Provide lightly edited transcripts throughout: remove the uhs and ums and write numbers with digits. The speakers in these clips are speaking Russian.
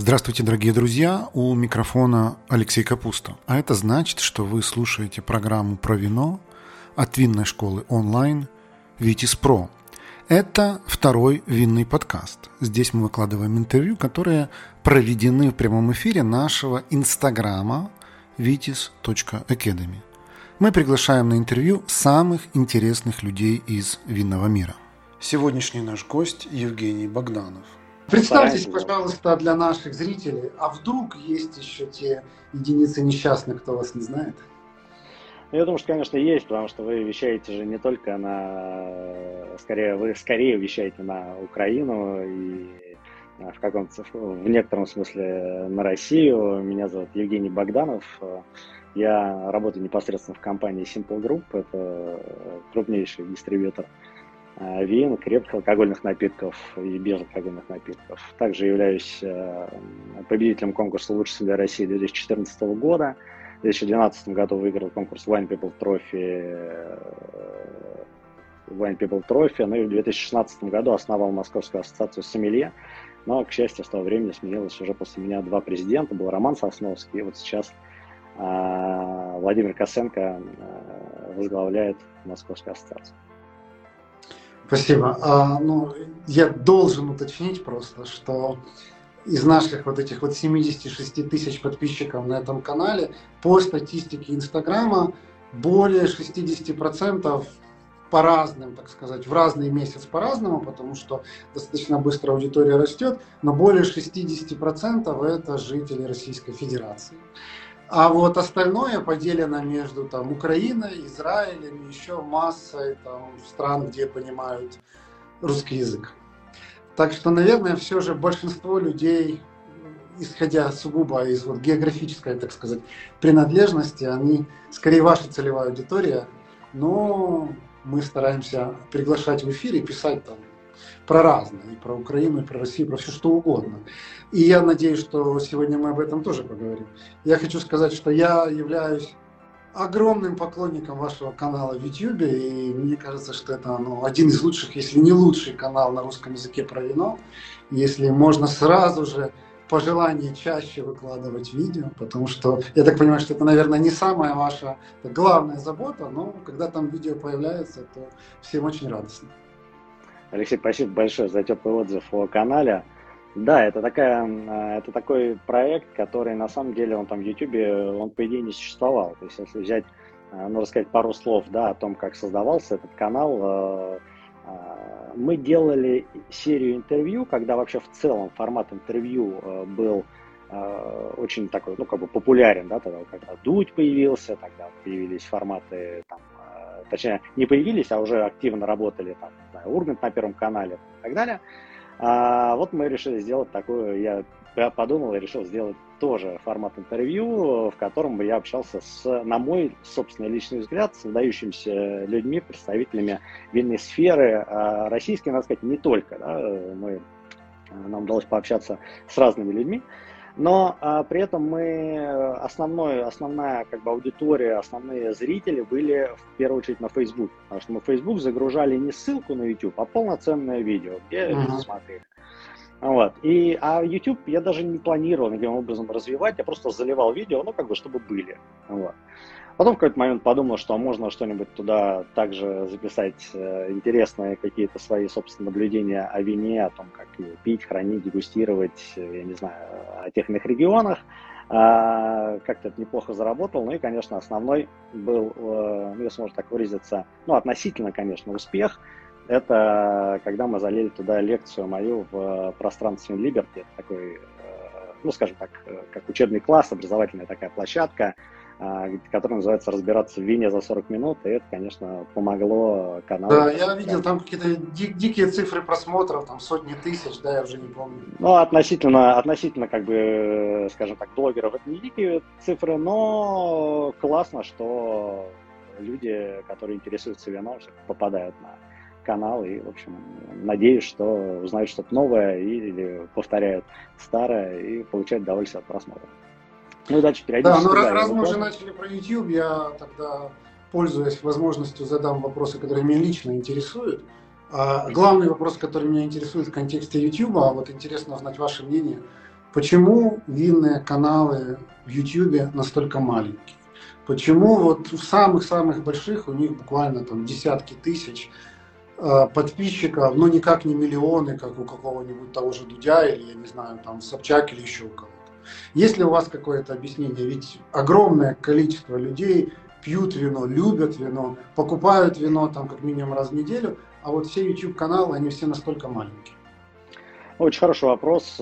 Здравствуйте, дорогие друзья! У микрофона Алексей Капуста. А это значит, что вы слушаете программу про вино от винной школы онлайн Vitis Pro. Это второй винный подкаст. Здесь мы выкладываем интервью, которые проведены в прямом эфире нашего инстаграма vitis.academy. Мы приглашаем на интервью самых интересных людей из винного мира. Сегодняшний наш гость Евгений Богданов. Представьтесь, пожалуйста, для наших зрителей, а вдруг есть еще те единицы несчастных, кто вас не знает? Я думаю, что, конечно, есть, потому что вы вещаете же не только вы скорее вещаете на Украину и в некотором смысле на Россию. Меня зовут Евгений Богданов. Я работаю непосредственно в компании Simple Group. Это крупнейший дистрибьютор вин, крепких алкогольных напитков и безалкогольных напитков. Также являюсь победителем конкурса «Лучший сомелье России» 2014 года. В 2012 году выиграл конкурс Wine People Trophy. Ну и в 2016 году основал Московскую ассоциацию сомелье. Но, к счастью, с того времени сменилось уже после меня два президента. Был Роман Сосновский, и вот сейчас Владимир Косенко возглавляет Московскую ассоциацию. Спасибо. Я должен уточнить просто, что из наших этих 76 тысяч подписчиков на этом канале по статистике Инстаграма более 60% по разным, так сказать, в разный месяц по-разному, потому что достаточно быстро аудитория растет, но более 60% это жители Российской Федерации. А вот остальное поделено между Украиной, Израилем, еще массой стран, где понимают русский язык. Так что, наверное, все же большинство людей, исходя сугубо из географической, так сказать, принадлежности, они скорее ваша целевая аудитория, но мы стараемся приглашать в эфир и писать про разное, и про Украину, и про Россию, про все что угодно. И я надеюсь, что сегодня мы об этом тоже поговорим. Я хочу сказать, что я являюсь огромным поклонником вашего канала в YouTube, и мне кажется, что это один из лучших, если не лучший канал на русском языке про вино. Если можно сразу же по желанию чаще выкладывать видео, потому что я так понимаю, что это, наверное, не самая ваша главная забота, но когда там видео появляется, то всем очень радостно. Алексей, спасибо большое за теплый отзыв о канале. Да, это такой проект, который на самом деле в Ютубе, он по идее не существовал. То есть если взять, рассказать пару слов, о том, как создавался этот канал, мы делали серию интервью, когда вообще в целом формат интервью был очень такой, популярен, тогда, когда Дудь появился, тогда появились форматы, точнее, не появились, а уже активно работали, Ургант на Первом канале и так далее. Вот мы решили сделать такую, я подумал и решил сделать тоже формат интервью, в котором я общался на мой собственный личный взгляд, с выдающимися людьми, представителями винной сферы, российской, надо сказать, не только, нам удалось пообщаться с разными людьми, но при этом основная аудитория, основные зрители были в первую очередь на Facebook, потому что мы в Facebook загружали не ссылку на YouTube, а полноценное видео, где люди смотрели. А YouTube я даже не планировал никаким образом развивать, я просто заливал видео, чтобы были. Потом в какой-то момент подумал, что можно что-нибудь туда также записать интересные какие-то свои собственные наблюдения о вине, о том, как его пить, хранить, дегустировать, я не знаю, о тех иных регионах. Как-то это неплохо заработал. И, конечно, основной был, если можно так выразиться, относительно, конечно, успех. Это когда мы залили туда лекцию мою в пространстве Liberty. Это такой, скажем так, как учебный класс, образовательная такая площадка, которая называется «Разбираться в вине за 40 минут», и это, конечно, помогло каналу. Да, я видел, там какие-то дикие цифры просмотров, сотни тысяч, я уже не помню. Относительно, скажем так, блогеров это не дикие цифры, но классно, что люди, которые интересуются вином, попадают на канал и, в общем, надеюсь, что узнают что-то новое или повторяют старое и получают удовольствие от просмотра. И дальше периодически. Раз мы уже начали про YouTube, я тогда, пользуясь возможностью, задам вопросы, которые меня лично интересуют. Главный вопрос, который меня интересует в контексте YouTube, интересно узнать ваше мнение Почему винные каналы в YouTube настолько маленькие? Почему вот в самых-самых больших у них буквально там десятки тысяч подписчиков, но никак не миллионы, как у какого-нибудь того же Дудя или, я не знаю, там Собчак или еще у кого-то? Есть ли у вас какое-то объяснение? Ведь огромное количество людей пьют вино, любят вино, покупают вино там как минимум раз в неделю, а вот все YouTube-каналы, они все настолько маленькие. Очень хороший вопрос.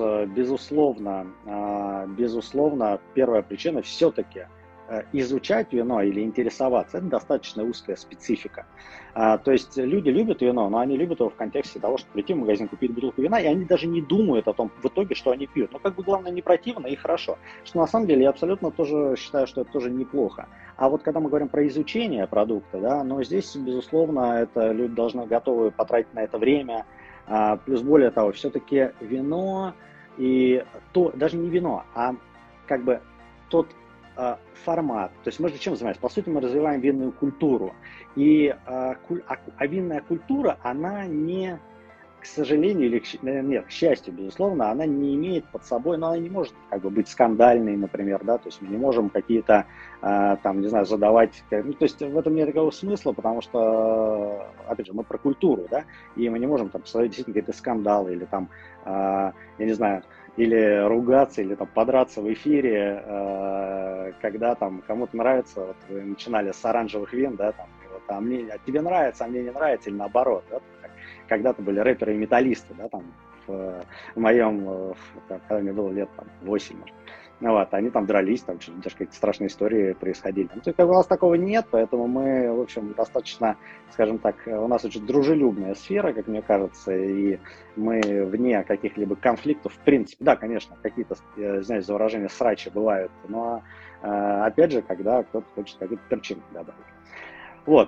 Безусловно, первая причина все-таки изучать вино или интересоваться, это достаточно узкая специфика. То есть люди любят вино, но они любят его в контексте того, что прийти в магазин, купить бутылку вина, и они даже не думают о том в итоге, что они пьют. Но как бы главное не противно и хорошо. Что на самом деле я абсолютно тоже считаю, что это тоже неплохо. А вот когда мы говорим про изучение продукта, да, но здесь, безусловно, это люди должны готовы потратить на это время. Плюс более того, все-таки вино и то, даже не вино, а как бы тот формат. То есть мы же чем занимаемся? По сути, мы развиваем винную культуру. И винная культура, она не, к сожалению, или нет, к счастью, безусловно, она не имеет под собой, но она не может как бы быть скандальной, например, да, то есть мы не можем какие-то, там, не знаю, задавать, ну, то есть в этом нет такого смысла, потому что, опять же, мы про культуру, да, и мы не можем там создавать действительно какие-то скандалы или там, я не знаю, или ругаться, или там подраться в эфире, когда там кому-то нравится, вот вы начинали с оранжевых вин, да, там, вот, а тебе нравится, а мне не нравится, или наоборот, да, когда-то были рэперы и металлисты, да, там, в моем, когда мне было лет там 8, может. Вот, они там дрались, там даже какие-то страшные истории происходили. Ну, то есть, у нас такого нет, поэтому мы, в общем, достаточно, скажем так, у нас очень дружелюбная сфера, как мне кажется, и мы вне каких-либо конфликтов, в принципе, да, конечно, какие-то, знаете, за выражение, срачи бывают, но, опять же, когда кто-то хочет какую-то перчинку добавить. Вот,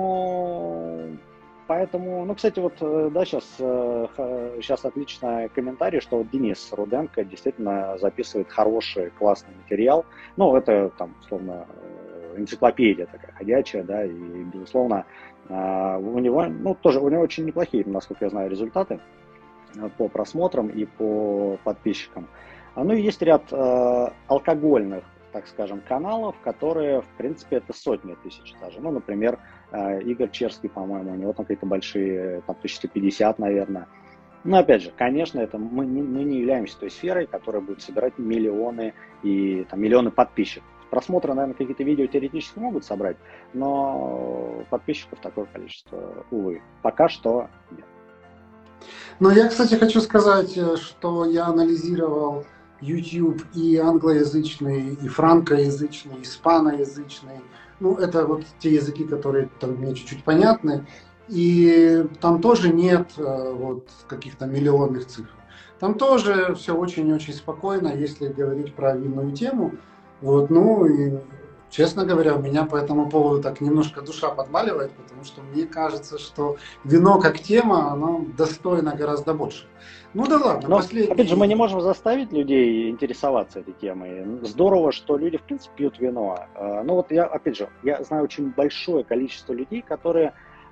Поэтому, ну, кстати, вот, да, сейчас отличный комментарий, что вот Денис Руденко действительно записывает хороший, классный материал. Ну, это, там, условно, энциклопедия такая ходячая, да, и, безусловно, у него, ну, тоже, у него очень неплохие, насколько я знаю, результаты по просмотрам и по подписчикам. Ну, и есть ряд алкогольных, так скажем, каналов, которые, в принципе, это сотни тысяч даже. Ну, например, Игорь Черский, по-моему, у него там какие-то большие, там 1150, наверное. Но, опять же, конечно, это мы не являемся той сферой, которая будет собирать миллионы и там, миллионы подписчиков. Просмотры, наверное, какие-то видео теоретически могут собрать, но подписчиков такое количество, увы, пока что нет. Но я, кстати, хочу сказать, что я анализировал YouTube и англоязычный, и франкоязычный, и испаноязычный. Ну, это вот те языки, которые там мне чуть-чуть понятны. И там тоже нет вот каких-то миллионных цифр. Там тоже все очень-очень спокойно, если говорить про винную тему. Вот, ну и, честно говоря, у меня по этому поводу так немножко душа подмаливает, потому что мне кажется, что вино как тема, оно достойно гораздо больше. Ну да ладно, Но, последний... опять же, мы не можем заставить людей интересоваться этой темой. Здорово, что люди, в принципе, пьют вино. Но вот я, опять же, я знаю очень большое количество людей, которые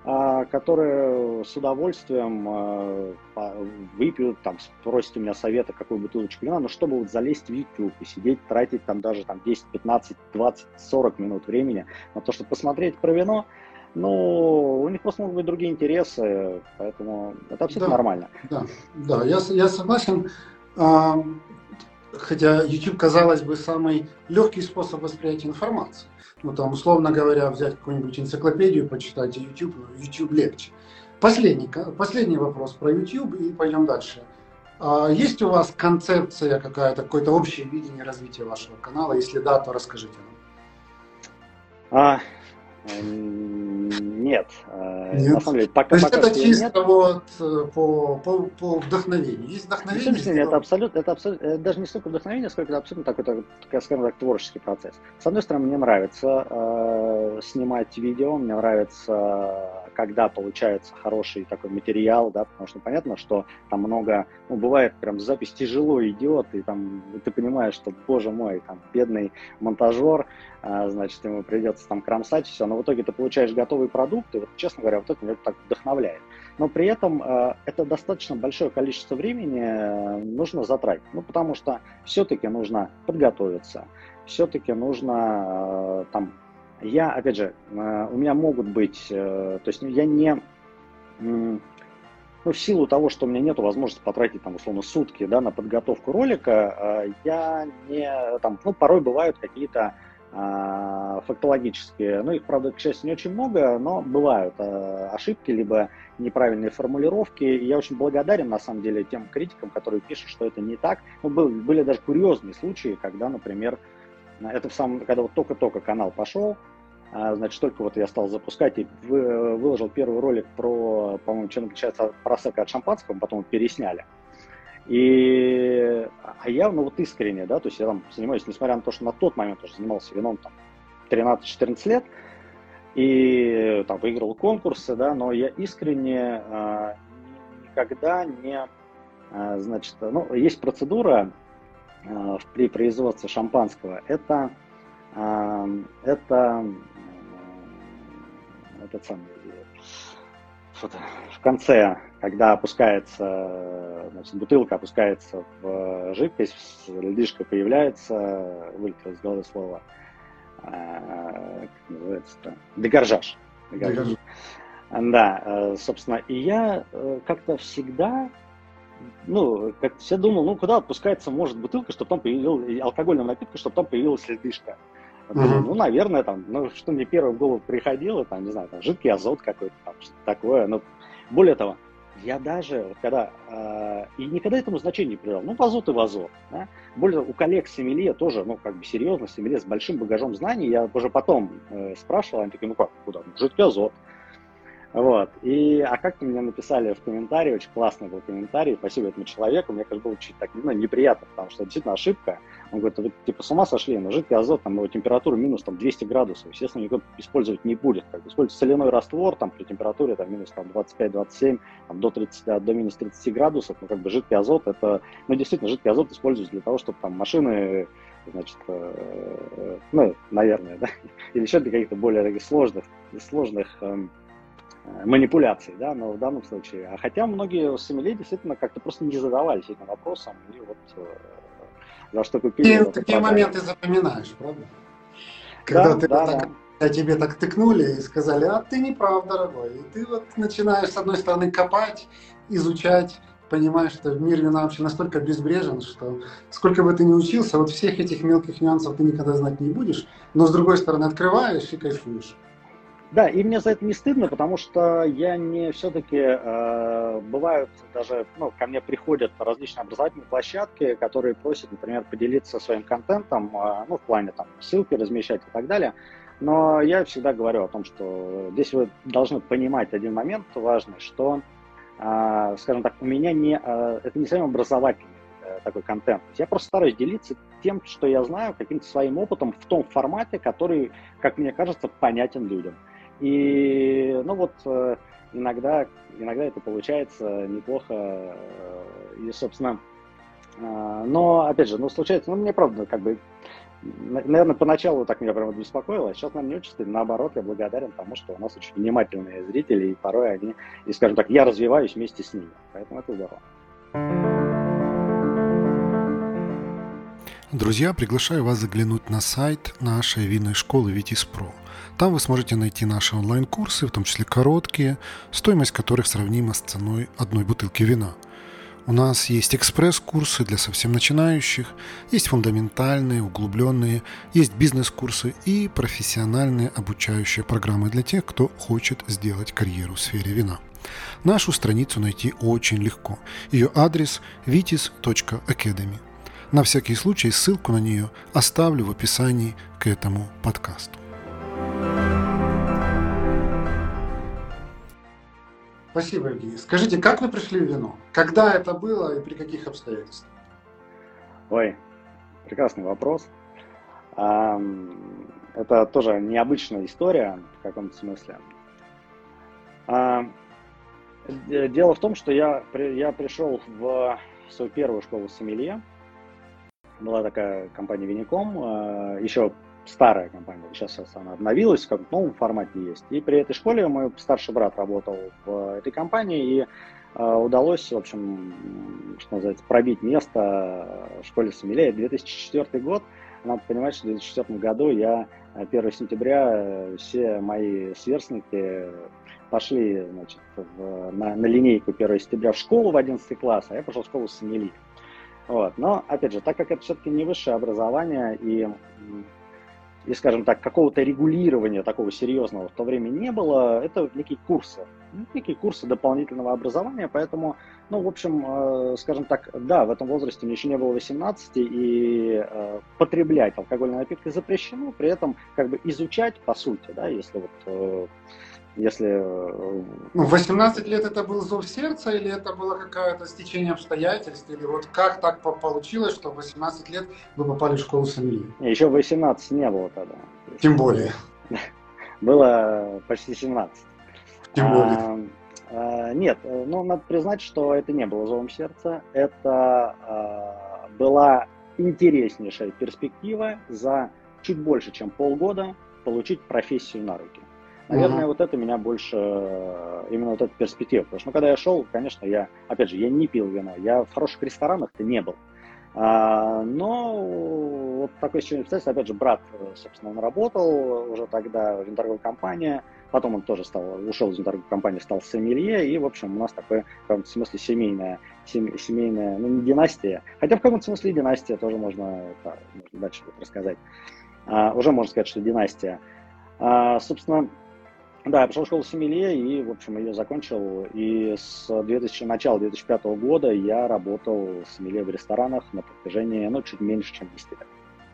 с удовольствием выпьют, там, спросят у меня совета, какую бутылочку вина, но чтобы вот залезть в YouTube и сидеть, тратить там даже там, 10, 15, 20, 40 минут времени на то, чтобы посмотреть про вино, ну, у них просто могут быть другие интересы, поэтому это абсолютно нормально. Да, я согласен. Хотя YouTube, казалось бы, самый легкий способ восприятия информации. Ну, там, условно говоря, взять какую-нибудь энциклопедию, почитать YouTube, YouTube легче. Последний вопрос про YouTube, и пойдем дальше. Есть у вас концепция какая-то, какое-то общее видение развития вашего канала? Если да, то расскажите нам. Нет. На самом деле, пока это чисто нет. Вот по вдохновению. Есть вдохновение? Это абсолютно, даже не столько вдохновение, сколько это абсолютно такой, скажем так, творческий процесс. С одной стороны, мне нравится снимать видео, мне нравится когда получается хороший такой материал, да, потому что понятно, что там много, ну, бывает, прям запись тяжело идет, и там ты понимаешь, что, боже мой, там, бедный монтажер, значит, ему придется там кромсать все, но в итоге ты получаешь готовый продукт, и вот, честно говоря, вот это меня так вдохновляет. Но при этом это достаточно большое количество времени нужно затратить, ну, потому что все-таки нужно подготовиться, все-таки нужно там, я, опять же, у меня могут быть, то есть я не, ну, в силу того, что у меня нет возможности потратить, там, условно, сутки, да, на подготовку ролика, я не, там, ну, порой бывают какие-то фактологические, ну, их, правда, к счастью, не очень много, но бывают ошибки, либо неправильные формулировки, и я очень благодарен, на самом деле, тем критикам, которые пишут, что это не так. Ну, были даже курьезные случаи, когда, например, это когда вот только-только канал пошел, значит, только вот я стал запускать и выложил первый ролик про, по-моему, чем отличается просека от шампанского, потом его пересняли. А я, ну вот искренне, да, то есть я там занимаюсь, несмотря на то, что на тот момент уже занимался вином там 13-14 лет, и там выиграл конкурсы, да, но я искренне никогда не, значит, ну, есть процедура при производстве шампанского, это этот самый, в конце, когда опускается, значит, бутылка опускается в жидкость, льдишка появляется, вылетело из головы слово, как называется-то, дегоржаж. Да, собственно, и я как-то всегда, ну, как все думал, ну, куда отпускается, может, бутылка, чтобы там появилась, алкогольного напитка, чтобы там появилась льдышка. Думаю, ну, наверное, там, ну, что мне первое в голову приходило, там, не знаю, там, жидкий азот какой-то, там, что-то такое. Но более того, я даже, вот когда, и никогда этому значения не придал, ну, в азот и в азот, да? Более того, у коллег сомелье тоже, ну, как бы серьезно, сомелье с большим багажом знаний, я уже потом спрашивал, они такие, ну, как, куда, ну, жидкий азот. Вот, а как-то мне написали в комментарии, очень классный был комментарий, спасибо этому человеку, мне, конечно, было чуть так, ну, неприятно, потому что действительно ошибка. Он говорит, вы типа с ума сошли, но жидкий азот, там его температура минус там 200 градусов, естественно, никто использовать не будет. Как бы используется соляной раствор там при температуре там минус там 25-27, там, до минус 30 градусов, ну, как бы жидкий азот, это, ну, действительно, жидкий азот используется для того, чтобы там машины, значит, ну, наверное, да, или еще для каких-то более таких сложных манипуляций, да, но в данном случае. Хотя многие сомелье действительно как-то просто не задавались этим вопросом, и вот за что купили. Такие моменты запоминаешь, правда? Когда тебе так тыкнули и сказали, а ты не прав, дорогой. И ты вот начинаешь, с одной стороны, копать, изучать, понимаешь, что мир вина вообще настолько безбрежен, что сколько бы ты ни учился, вот всех этих мелких нюансов ты никогда знать не будешь, но с другой стороны открываешь и кайфуешь. Да, и мне за это не стыдно, потому что я не все-таки, бывают даже, ну, ко мне приходят различные образовательные площадки, которые просят, например, поделиться своим контентом, ну, в плане там ссылки размещать и так далее. Но я всегда говорю о том, что здесь вы должны понимать один момент важный, что, скажем так, у меня это не совсем образовательный такой контент. Я просто стараюсь делиться тем, что я знаю, каким-то своим опытом в том формате, который, как мне кажется, понятен людям. И, ну вот, иногда это получается неплохо, и, собственно, но, опять же, ну, случается, ну, мне правда, как бы, наверное, поначалу так меня прямо беспокоило, а сейчас нам не очень стыдно, наоборот, я благодарен тому, что у нас очень внимательные зрители, и порой они, и, скажем так, я развиваюсь вместе с ними, поэтому это здорово. Друзья, приглашаю вас заглянуть на сайт нашей винной школы Vitis.Pro. Там вы сможете найти наши онлайн-курсы, в том числе короткие, стоимость которых сравнима с ценой одной бутылки вина. У нас есть экспресс-курсы для совсем начинающих, есть фундаментальные, углубленные, есть бизнес-курсы и профессиональные обучающие программы для тех, кто хочет сделать карьеру в сфере вина. Нашу страницу найти очень легко. Ее адрес vitis.academy. На всякий случай ссылку на нее оставлю в описании к этому подкасту. Спасибо, Евгений. Скажите, как вы пришли в вино? Когда это было и при каких обстоятельствах? Ой, прекрасный вопрос. Это тоже необычная история в каком-то смысле. Дело в том, что я пришел в свою первую школу сомелье. Была такая компания Винником, еще старая компания, сейчас она обновилась, в каком-то новом формате есть. И при этой школе мой старший брат работал в этой компании, и удалось, в общем, что называется, пробить место в школе сомелье. 2004 год. Надо понимать, что в 2004 году 1 сентября все мои сверстники пошли, значит, на линейку 1 сентября в школу в 11 класс, а я пошел в школу сомелье. Вот. Но, опять же, так как это все-таки не высшее образование и, скажем так, какого-то регулирования такого серьезного в то время не было, это некие курсы дополнительного образования, поэтому, ну, в общем, скажем так, да, в этом возрасте мне еще не было 18, и потреблять алкогольные напитки запрещено, при этом как бы изучать, по сути, да, если Ну, в 18 лет это был зов сердца, или это было какое-то стечение обстоятельств, или вот как так получилось, что в 18 лет вы попали в школу сомелье? Еще 18 не было тогда. Тем более. Было почти 17. Тем более. Нет, ну, надо признать, что это не было зовом сердца. Это была интереснейшая перспектива за чуть больше, чем полгода получить профессию на руки. Наверное, вот это меня больше, именно вот эта перспектива. Потому что, ну, когда я шел, конечно, я не пил вино, я в хороших ресторанах-то не был. Но вот такое стечение обстоятельств, опять же, брат, собственно, он работал уже тогда в виноторговой компании, потом он тоже ушел из виноторговой компании, стал сомелье, и, в общем, у нас такое, в каком-то смысле, семейная, ну, не династия, хотя в каком-то смысле династия тоже можно дальше рассказать. Уже можно сказать, что династия. Собственно, да, я пошел в школу сомелье и, в общем, ее закончил. И с начала 2005 года я работал сомелье в ресторанах на протяжении, ну, чуть меньше, чем 10 лет.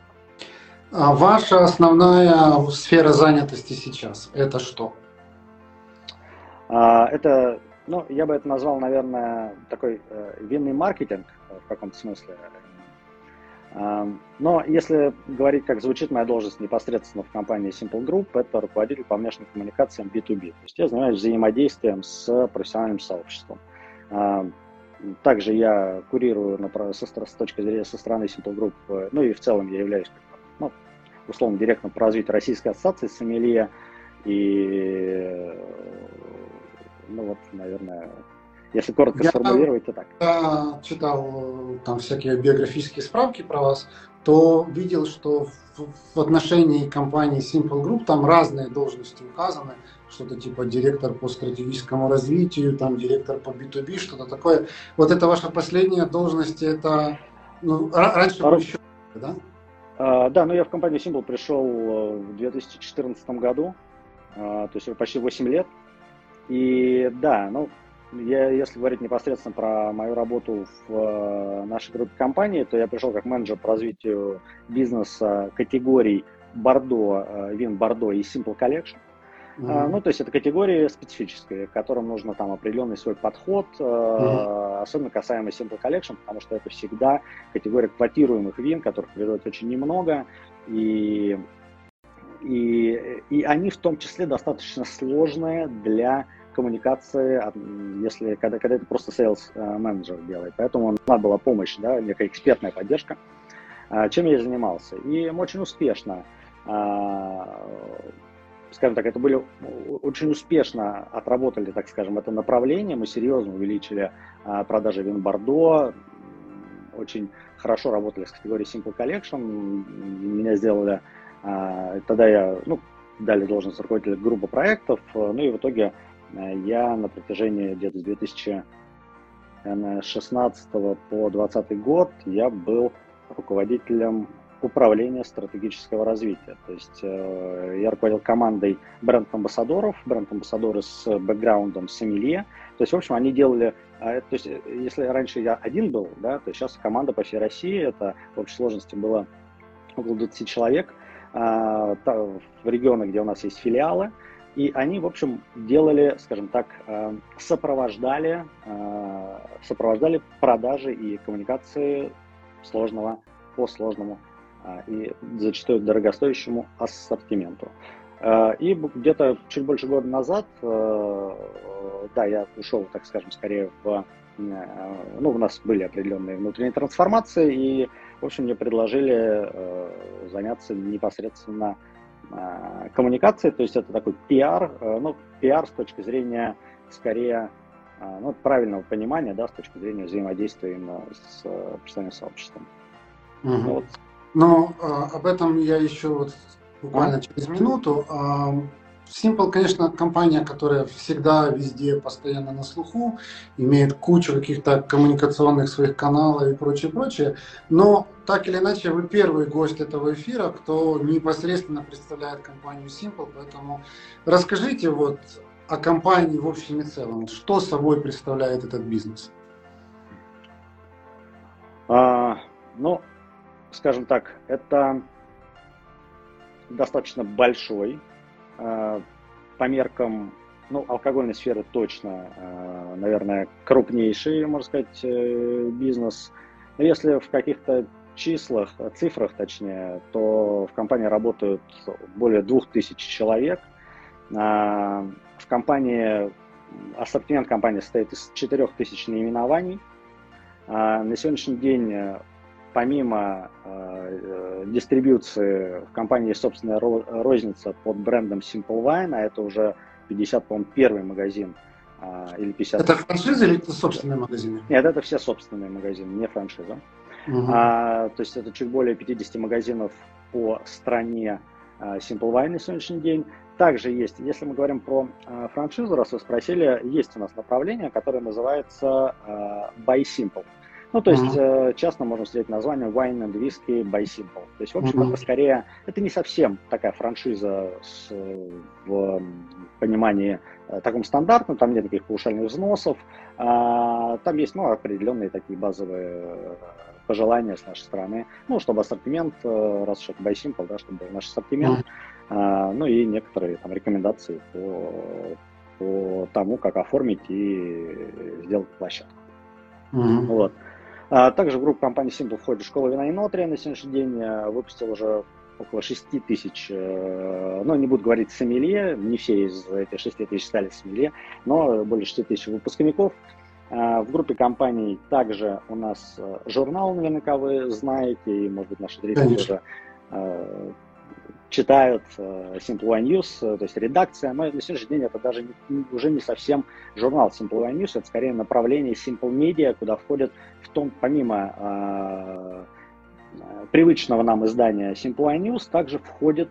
Ваша основная сфера занятости сейчас – это что? Это, ну, я бы это назвал, наверное, такой винный маркетинг в каком-то смысле. Но если говорить, как звучит моя должность непосредственно в компании Simple Group, это руководитель по внешним коммуникациям B2B. То есть я занимаюсь взаимодействием с профессиональным сообществом. Также я курирую с точки зрения со стороны Simple Group, ну и в целом я являюсь, ну, условно, директором по развитию Российской ассоциации сомелье. И, ну вот, наверное, если коротко сформулировать, то так. Я читал там всякие биографические справки про вас, то видел, что в отношении компании Simple Group там разные должности указаны, что-то типа директор по стратегическому развитию, там директор по B2B, что-то такое. Вот это ваша последняя должность, это, ну, раньше был еще, да? Да, ну я в компанию Simple пришел в 2014 году, то есть почти 8 лет. И да, ну, если говорить непосредственно про мою работу в нашей группе компании, то я пришел как менеджер по развитию бизнеса категорий Бордо, вин Бордо и Simple Collection. Ну, то есть это категории специфические, к которым нужно там определенный свой подход, особенно касаемо Simple Collection, потому что это всегда категория квотируемых вин, которых производится очень немного, и они в том числе достаточно сложные для коммуникации, когда это просто sales менеджер делает. Поэтому надо была помощь, да, некая экспертная поддержка, чем я и занимался. И мы очень успешно, скажем так, очень успешно отработали, так скажем, это направление. Мы серьезно увеличили продажи вин Бордо, очень хорошо работали с категорией Simple Collection. Меня сделали, тогда я, дали должность руководителя группы проектов, ну и в итоге я на протяжении где-то с 2016 по 2020 год я был руководителем управления стратегического развития. То есть я руководил командой бренд-амбассадоров, бренд-амбассадоры с бэкграундом сомелье. То есть, в общем, они делали... То есть, если раньше я один был, да, то сейчас команда по всей России, это в общей сложности было около 20 человек, в регионах, где у нас есть филиалы. И они, в общем, делали, скажем так, сопровождали продажи и коммуникации по сложному и зачастую дорогостоящему ассортименту. И где-то чуть больше года назад да, я ушел, так скажем, скорее ну, у нас были определенные внутренние трансформации, и, в общем, мне предложили заняться непосредственно коммуникацией, то есть это такой пиар, ну, пиар с точки зрения, скорее, ну, правильного понимания, да, с точки зрения взаимодействия именно с профессиональным сообществом. Угу. Ну, вот. Но об этом я еще вот буквально через минуту. Simple, конечно, компания, которая всегда, везде, постоянно на слуху, имеет кучу каких-то коммуникационных своих каналов и прочее, прочее. Но так или иначе, вы первый гость этого эфира, кто непосредственно представляет компанию Simple. Поэтому расскажите вот о компании в общем и целом. Что собой представляет этот бизнес? Ну, скажем так, это достаточно большой, по меркам, ну, алкогольной сферы точно, наверное, крупнейший, можно сказать, бизнес. Но если в каких-то цифрах точнее, то в компании работают более 2000 человек. В компании, ассортимент компании состоит из 4000 наименований. На сегодняшний день, помимо дистрибьюции, в компании есть собственная розница под брендом Simple Wine, а это уже 50, по-моему, первый магазин. Или 50. Это франшиза или это собственные магазины? Нет, это все собственные магазины, не франшиза. То есть это чуть более 50 магазинов по стране Simple Wine на сегодняшний день. Также есть, если мы говорим про франшизу, раз вы спросили, есть у нас направление, которое называется By Simple. Ну, то есть, часто можно встретить название Wine and Whiskey by Simple. То есть, в общем, это скорее, это не совсем такая франшиза в понимании таком стандартном, там нет никаких паушальных взносов, там есть, ну, определенные такие базовые пожелания с нашей стороны, ну, чтобы ассортимент, раз уж это by Simple, да, чтобы был наш ассортимент, ну, и некоторые там рекомендации по тому, как оформить и сделать площадку. Вот. Также в группу компании Simple входит школа вина и нотрия. На сегодняшний день выпустил уже около 6 тысяч, ну, не буду говорить сомелье, не все из этих 6 тысяч стали сомелье, но более 6 тысяч выпускников. В группе компаний также у нас журнал, наверняка вы знаете, и, может быть, наши зрители тоже читают Simple Wine News, то есть редакция, но на сегодняшний день это даже уже не совсем журнал Simple Wine News, это скорее направление Simple Media, куда входит, помимо привычного нам издания Simple Wine News, также входит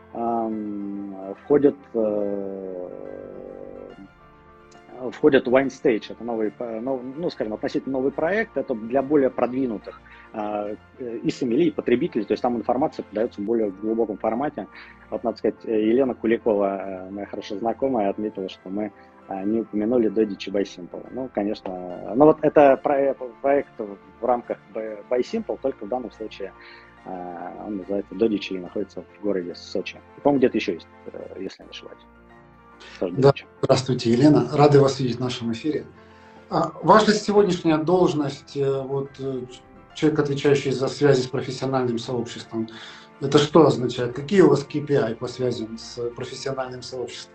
Wine Stage, это новый, ну, скажем, относительно новый проект, это для более продвинутых и сомелье, и потребителей, то есть там информация подается в более глубоком формате. Вот, надо сказать, Елена Куликова, моя хорошая знакомая, отметила, что мы не упомянули Dodici by Simple. Ну, конечно, ну вот это проект в рамках by Simple, только в данном случае он называется Dodici и находится в городе Сочи. По-моему, где-то еще есть, если я не ошибаюсь. Да, здравствуйте, Елена. Рады вас видеть в нашем эфире. Ваша сегодняшняя должность, вот, человек, отвечающий за связи с профессиональным сообществом, это что означает? Какие у вас KPI по связям с профессиональным сообществом?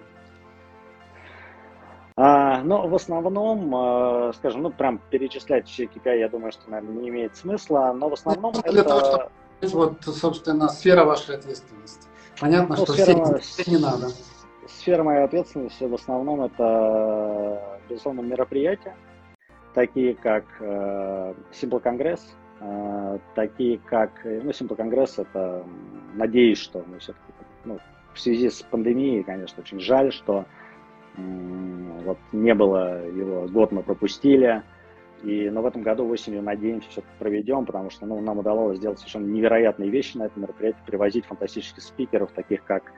Ну, в основном, скажем, ну, прям перечислять все KPI, я думаю, что, наверное, не имеет смысла, но в основном для того, чтобы, вот, собственно, сфера вашей ответственности. Понятно, что все не надо. Сфера моей ответственности в основном это, безусловно, мероприятия, такие как Simple Congress, такие как, ну, Simple Congress, это, надеюсь, что мы все-таки, ну, в связи с пандемией, конечно, очень жаль, что вот не было его, год мы пропустили, но в этом году осенью, надеемся, все-таки проведем, потому что, ну, нам удалось сделать совершенно невероятные вещи на этом мероприятии, привозить фантастических спикеров, таких как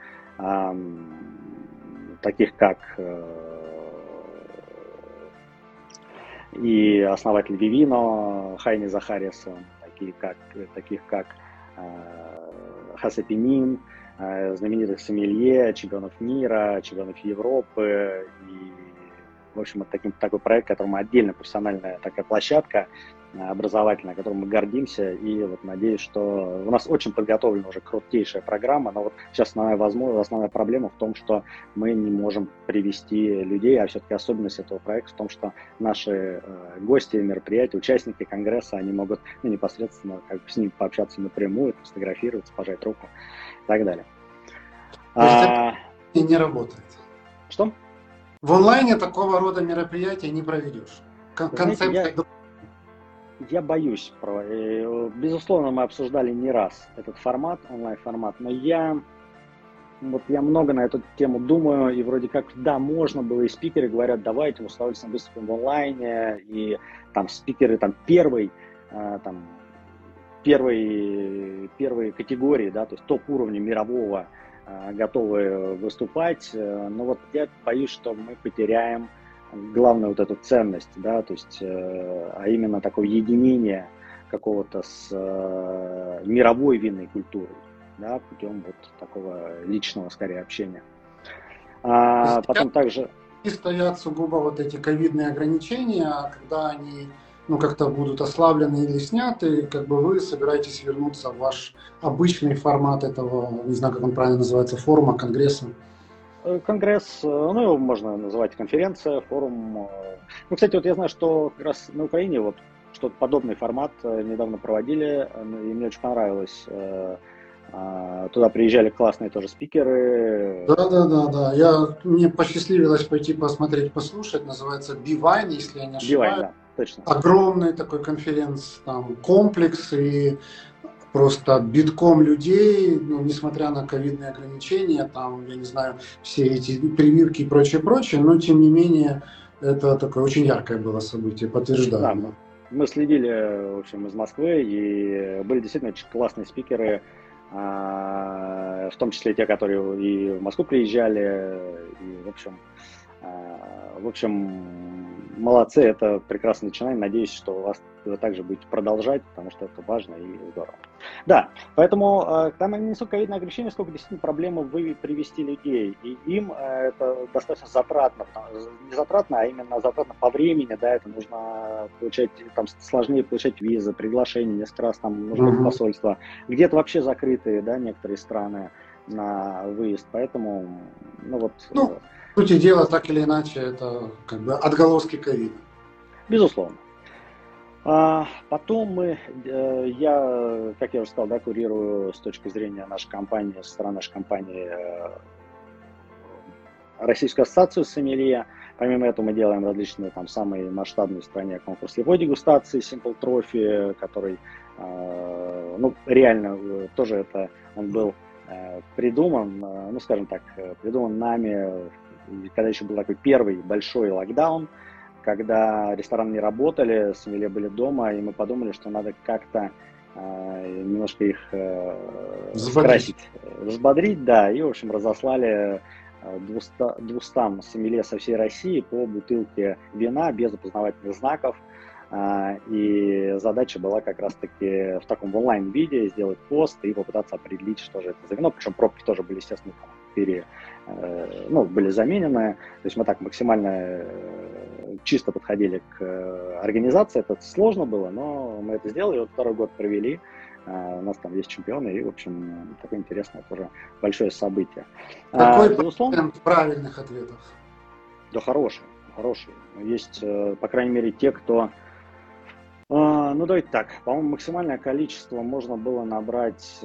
и основатель Vivino, Хайни Захарисон, таких как Хасе Пенин, знаменитых сомелье, чемпионов мира, чемпионов Европы. И, в общем, это такой проект, которому отдельно профессиональная такая площадка, образовательное, которым мы гордимся, и вот надеюсь, что у нас очень подготовлена уже крутейшая программа, но вот сейчас основная проблема в том, что мы не можем привести людей, а все-таки особенность этого проекта в том, что наши гости мероприятия, участники конгресса, они могут непосредственно как бы с ними пообщаться напрямую, сфотографироваться, пожать руку и так далее. И не работает. Что? В онлайне такого рода мероприятия не проведешь. Концепция... Я боюсь. Безусловно, мы обсуждали не раз этот формат, онлайн-формат, но я много на эту тему думаю, и вроде как, да, можно было, и спикеры говорят, давайте мы с удовольствием выступим в онлайне, и там спикеры там первой категории, да, то есть топ-уровня мирового готовы выступать, но вот я боюсь, что мы потеряем главную вот эту ценность, да, то есть, а именно такое единение какого-то с мировой винной культурой, да, путем вот такого личного, скорее, общения. Потом также... И стоят сугубо вот эти ковидные ограничения, а когда они как-то будут ослаблены или сняты, как бы вы собираетесь вернуться в ваш обычный формат этого, не знаю, как он правильно называется, форума, конгресса? Конгресс, его можно называть конференция, форум. Кстати, вот я знаю, что как раз на Украине вот что-то подобный формат недавно проводили, и мне очень понравилось. Туда приезжали классные тоже спикеры. Да. Мне посчастливилось пойти посмотреть, послушать. Называется BeWine, если я не ошибаюсь. BeWine, да, точно. Огромный такой комплекс и просто битком людей, несмотря на ковидные ограничения, там, я не знаю, все эти прививки и прочее, но тем не менее это такое очень яркое было событие, подтверждаю. Да, мы следили, в общем, из Москвы, и были действительно очень классные спикеры, в том числе те, которые и в Москву приезжали, и, в общем, молодцы, это прекрасное начинание. Надеюсь, что у вас вы также будете продолжать, потому что это важно и здорово. Да, поэтому там не столько ковидное ограничение, сколько действительно проблема привести людей. И им это достаточно затратно, не затратно, а именно затратно по времени, да, это нужно получать, там сложнее получать визы, приглашения, несколько раз там нужно посольство. Где-то вообще закрытые, да, некоторые страны на выезд, поэтому, по сути дела, так или иначе, это как бы отголоски ковида. Безусловно. Потом я, как я уже сказал, да, курирую с точки зрения нашей компании, со стороны нашей компании Российскую ассоциацию сомелье. Помимо этого мы делаем различные там самые масштабные в стране конкурс слепой дегустации Simple Trophy, который, реально тоже он был придуман, придуман нами, когда еще был такой первый большой локдаун, когда рестораны не работали, сомелье были дома, и мы подумали, что надо как-то немножко их скрасить, взбодрить, да, и, в общем, разослали 200 сомелье со всей России по бутылке вина без опознавательных знаков, и задача была как раз-таки в таком онлайн-виде сделать пост и попытаться определить, что же это за вино, причем пробки тоже были, естественно, были заменены, то есть мы так максимально чисто подходили к организации, это сложно было, но мы это сделали, вот второй год провели, у нас там есть чемпионы, и, в общем, такое интересное тоже большое событие. Какой процент правильных ответов? Да, хороший. Есть, по крайней мере, те, кто... давайте так, по-моему, максимальное количество можно было набрать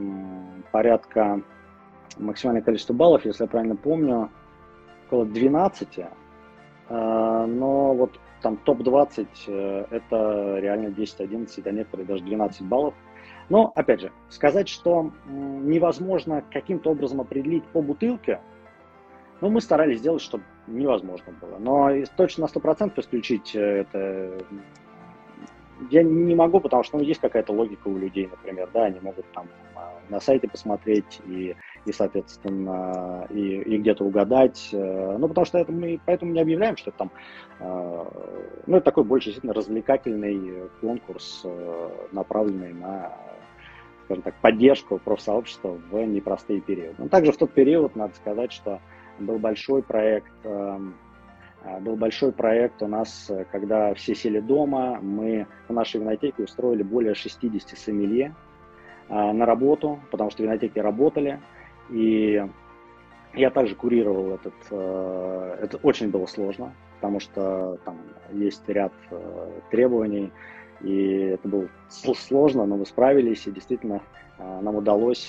максимальное количество баллов, если я правильно помню, около 12, но вот там топ-20 это реально 10-11, а некоторые даже 12 баллов. Но, опять же, сказать, что невозможно каким-то образом определить по бутылке, мы старались сделать, чтобы невозможно было. Но точно на 100% исключить это я не могу, потому что есть какая-то логика у людей, например, да, они могут там на сайте посмотреть и соответственно, и где-то угадать. Потому что мы поэтому не объявляем, что это там, это такой больше действительно развлекательный конкурс, направленный на, скажем так, поддержку профсообщества в непростые периоды. Но также в тот период, надо сказать, что был большой проект Был большой проект у нас, когда все сели дома, мы в нашей винотеке устроили более 60 сомелье на работу, потому что винотеки работали, и я также курировал это очень было сложно, потому что там есть ряд требований, и это было сложно, но мы справились, и действительно нам удалось,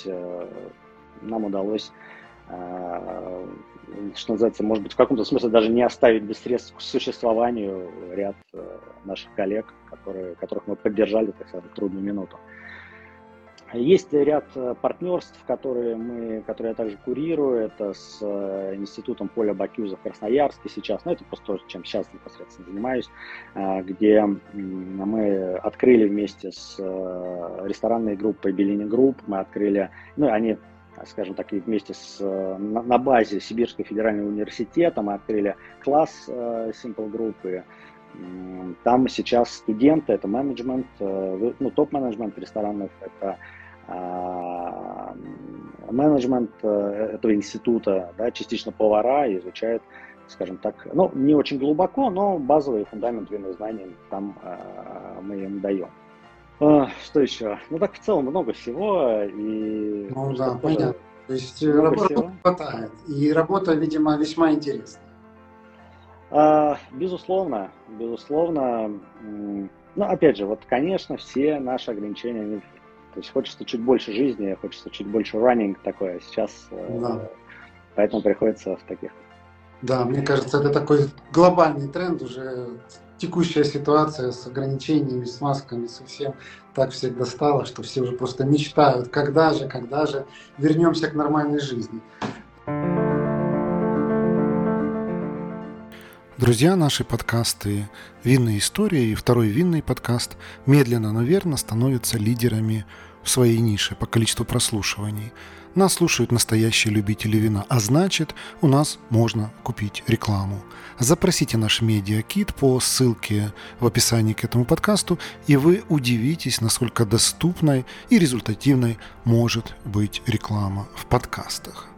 что называется, может быть, в каком-то смысле даже не оставить без средств к существованию ряд наших коллег, которых мы поддержали, так сказать, в трудную минуту. Есть ряд партнерств, которые я также курирую. Это с институтом Поля Бакюза в Красноярске сейчас. Это просто то, чем сейчас непосредственно занимаюсь, где мы открыли вместе с ресторанной группой Беллини Групп. Мы открыли, они, скажем так, и вместе на базе Сибирского федерального университета мы открыли класс Simple Group. Там сейчас студенты, это менеджмент, топ-менеджмент ресторанов, это менеджмент этого института, да, частично повара, изучают, скажем так, не очень глубоко, но базовый фундамент винных знаний там мы им даем. Что еще? Так в целом много всего. И да, понятно. То есть работы хватает. И работа, видимо, весьма интересная. Безусловно. Опять же, конечно, все наши ограничения, то есть хочется чуть больше жизни, хочется чуть больше running такое. Сейчас, поэтому приходится в таких. Да, мне кажется, это такой глобальный тренд уже. Текущая ситуация с ограничениями, с масками, со всем так всех достала, что все уже просто мечтают, когда же вернемся к нормальной жизни. Друзья, наши подкасты «Винные истории» и второй винный подкаст медленно, но верно становятся лидерами в своей нише по количеству прослушиваний. Нас слушают настоящие любители вина, а значит, у нас можно купить рекламу. Запросите наш медиакит по ссылке в описании к этому подкасту, и вы удивитесь, насколько доступной и результативной может быть реклама в подкастах.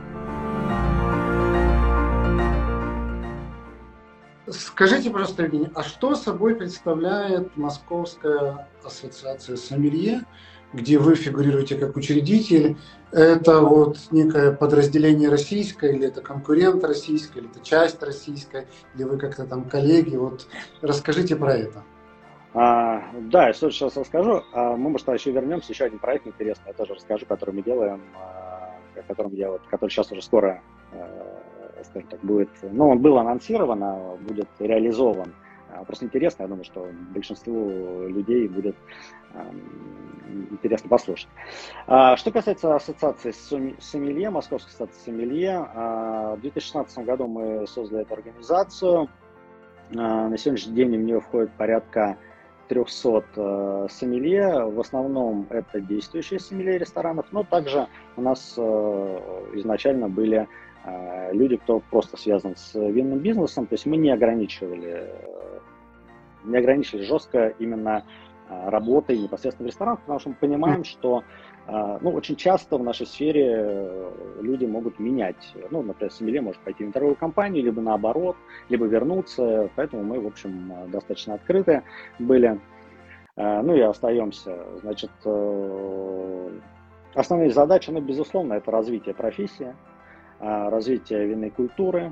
Скажите, пожалуйста, Евгений, а что собой представляет Московская ассоциация сомелье, где вы фигурируете как учредитель? Это некое подразделение российское, или это конкурент российский, или это часть российская, или вы как-то там коллеги? Расскажите про это. Да, я сейчас расскажу. Мы, может, еще вернемся. Еще один проект интересный, я тоже расскажу, который мы делаем, который сейчас уже скоро, скажем так, будет, он был анонсирован, а будет реализован. Просто интересно, я думаю, что большинству людей будет интересно послушать. Что касается ассоциации сомелье, Московской ассоциации сомелье, в 2016 году мы создали эту организацию. На сегодняшний день в нее входит порядка 300 сомелье. В основном это действующие сомелье ресторанов, но также у нас изначально были люди, кто просто связан с винным бизнесом. То есть мы не ограничивали жестко именно работой непосредственно в ресторанах, потому что мы понимаем, что очень часто в нашей сфере люди могут менять. Например, сомелье может пойти в торговую компанию, либо наоборот, либо вернуться. Поэтому мы, в общем, достаточно открыты были. И остаемся. Значит, основные задачи, безусловно, это развитие профессии, развитие винной культуры.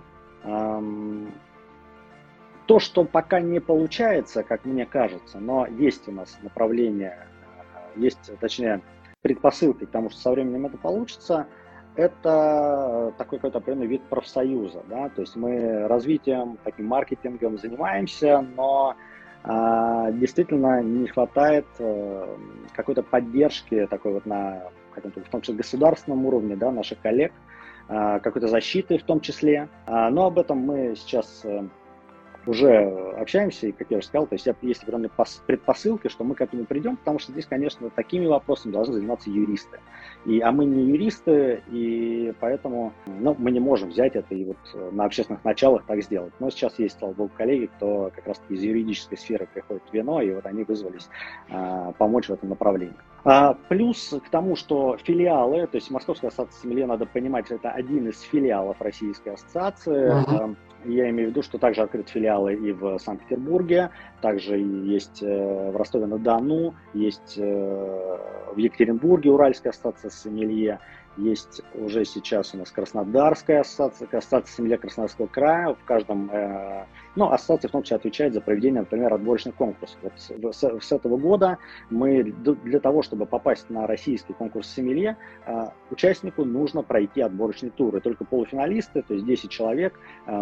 То, что пока не получается, как мне кажется, но есть у нас направление, есть, точнее, предпосылки к тому, что со временем это получится, это такой какой-то определенный вид профсоюза. Да? То есть мы развитием, таким маркетингом занимаемся, но действительно не хватает какой-то поддержки такой на каком-то, в том числе, государственном уровне, да, наших коллег, какой-то защиты в том числе. Но об этом мы сейчас уже общаемся, и, как я уже сказал, то есть есть определенные предпосылки, что мы к этому придем, потому что здесь, конечно, такими вопросами должны заниматься юристы. А мы не юристы, и поэтому мы не можем взять это и на общественных началах так сделать. Но сейчас есть, слава богу, коллеги, кто как раз-таки из юридической сферы приходит в вино, и они вызвались помочь в этом направлении. Плюс к тому, что филиалы, то есть Московская ассоциация сомелье, надо понимать, это один из филиалов Российской ассоциации. Я имею в виду, что также открыты филиалы и в Санкт-Петербурге, также есть в Ростове-на-Дону, есть в Екатеринбурге Уральская ассоциация сомелье, есть уже сейчас у нас Краснодарская ассоциация сомелье Краснодарского края. В каждом, ассоциация в том числе отвечает за проведение, например, отборочных конкурсов. Вот с этого года мы для того, чтобы попасть на российский конкурс сомелье, участнику нужно пройти отборочный тур. И только полуфиналисты, то есть 10 человек,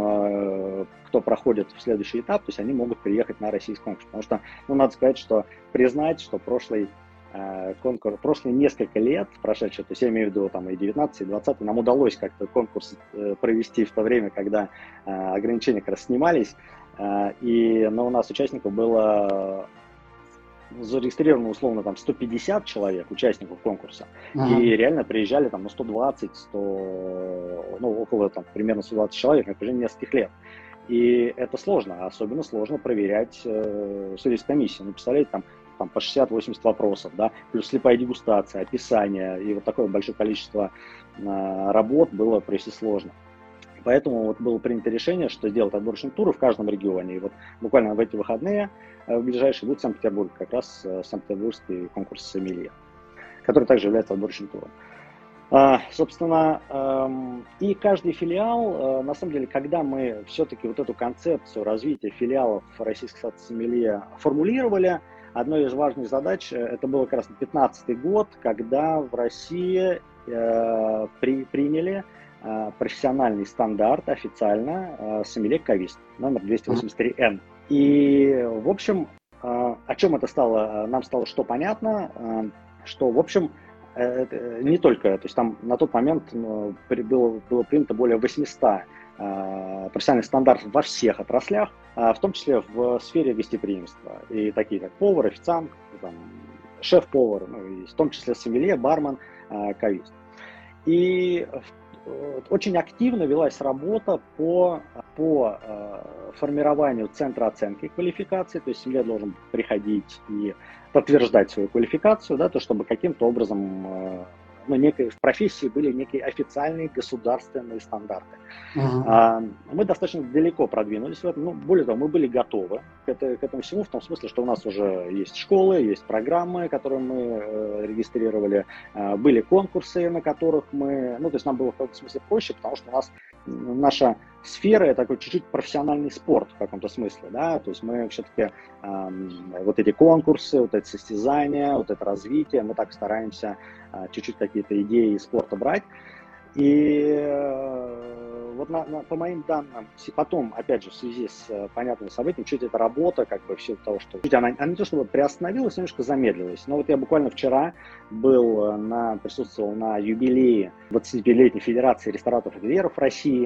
кто проходит в следующий этап, то есть они могут приехать на российский конкурс. Потому что, надо сказать, что признать, что прошлые несколько лет прошедшие, то есть я имею в виду там и 19, и 20, нам удалось как-то конкурс провести в то время, когда ограничения как раз снимались, но у нас участников было зарегистрировано условно там 150 человек, участников конкурса, и реально приезжали там 120, 100, около там примерно 120 человек на протяжении нескольких лет. И это сложно, особенно сложно проверять судейскую комиссию. Представляете, там по 60-80 вопросов, да, плюс слепая дегустация, описание, и вот такое большое количество работ было провести сложно. Поэтому вот было принято решение, что сделать отборочные туры в каждом регионе. И вот буквально в эти выходные в ближайшие будет Санкт-Петербург, как раз Санкт-Петербургский конкурс сомелье, который также является отборочным туром. Собственно, и каждый филиал, на самом деле, когда мы все-таки вот эту концепцию развития филиалов Российской ассоциации сомелье формулировали, одной из важных задач, это был как раз 2015 год, когда в России приняли профессиональный стандарт официально сомелье-кавист, номер 283Н. И, в общем, о чем это стало? Нам стало что понятно, что, в общем, не только, то есть там на тот момент было принято более 800 профессиональных стандартов во всех отраслях, в том числе в сфере гостеприимства, и такие как повар, официант, шеф-повар, и в том числе сомелье, бармен, кавист. И очень активно велась работа по формированию центра оценки квалификации, то есть сомелье должен приходить и подтверждать свою квалификацию, да, то чтобы каким-то образом в профессии были некие официальные государственные стандарты. Мы достаточно далеко продвинулись в этом. Более того, мы были готовы к этому всему, в том смысле, что у нас уже есть школы, есть программы, которые мы регистрировали, были конкурсы, на которых мы... то есть нам было в каком-то смысле проще, потому что у нас наша сфера — это такой чуть-чуть профессиональный спорт в каком-то смысле, да, то есть мы все-таки вот эти конкурсы, вот эти состязания, вот это развитие, мы так стараемся чуть-чуть какие-то идеи из спорта брать. И вот по моим данным, потом, опять же, в связи с понятным событием, чуть эта работа, все того, что она не то чтобы приостановилась, немножко замедлилась. Но вот я буквально вчера присутствовал на юбилее 25-летней Федерации рестораторов и ательеров России,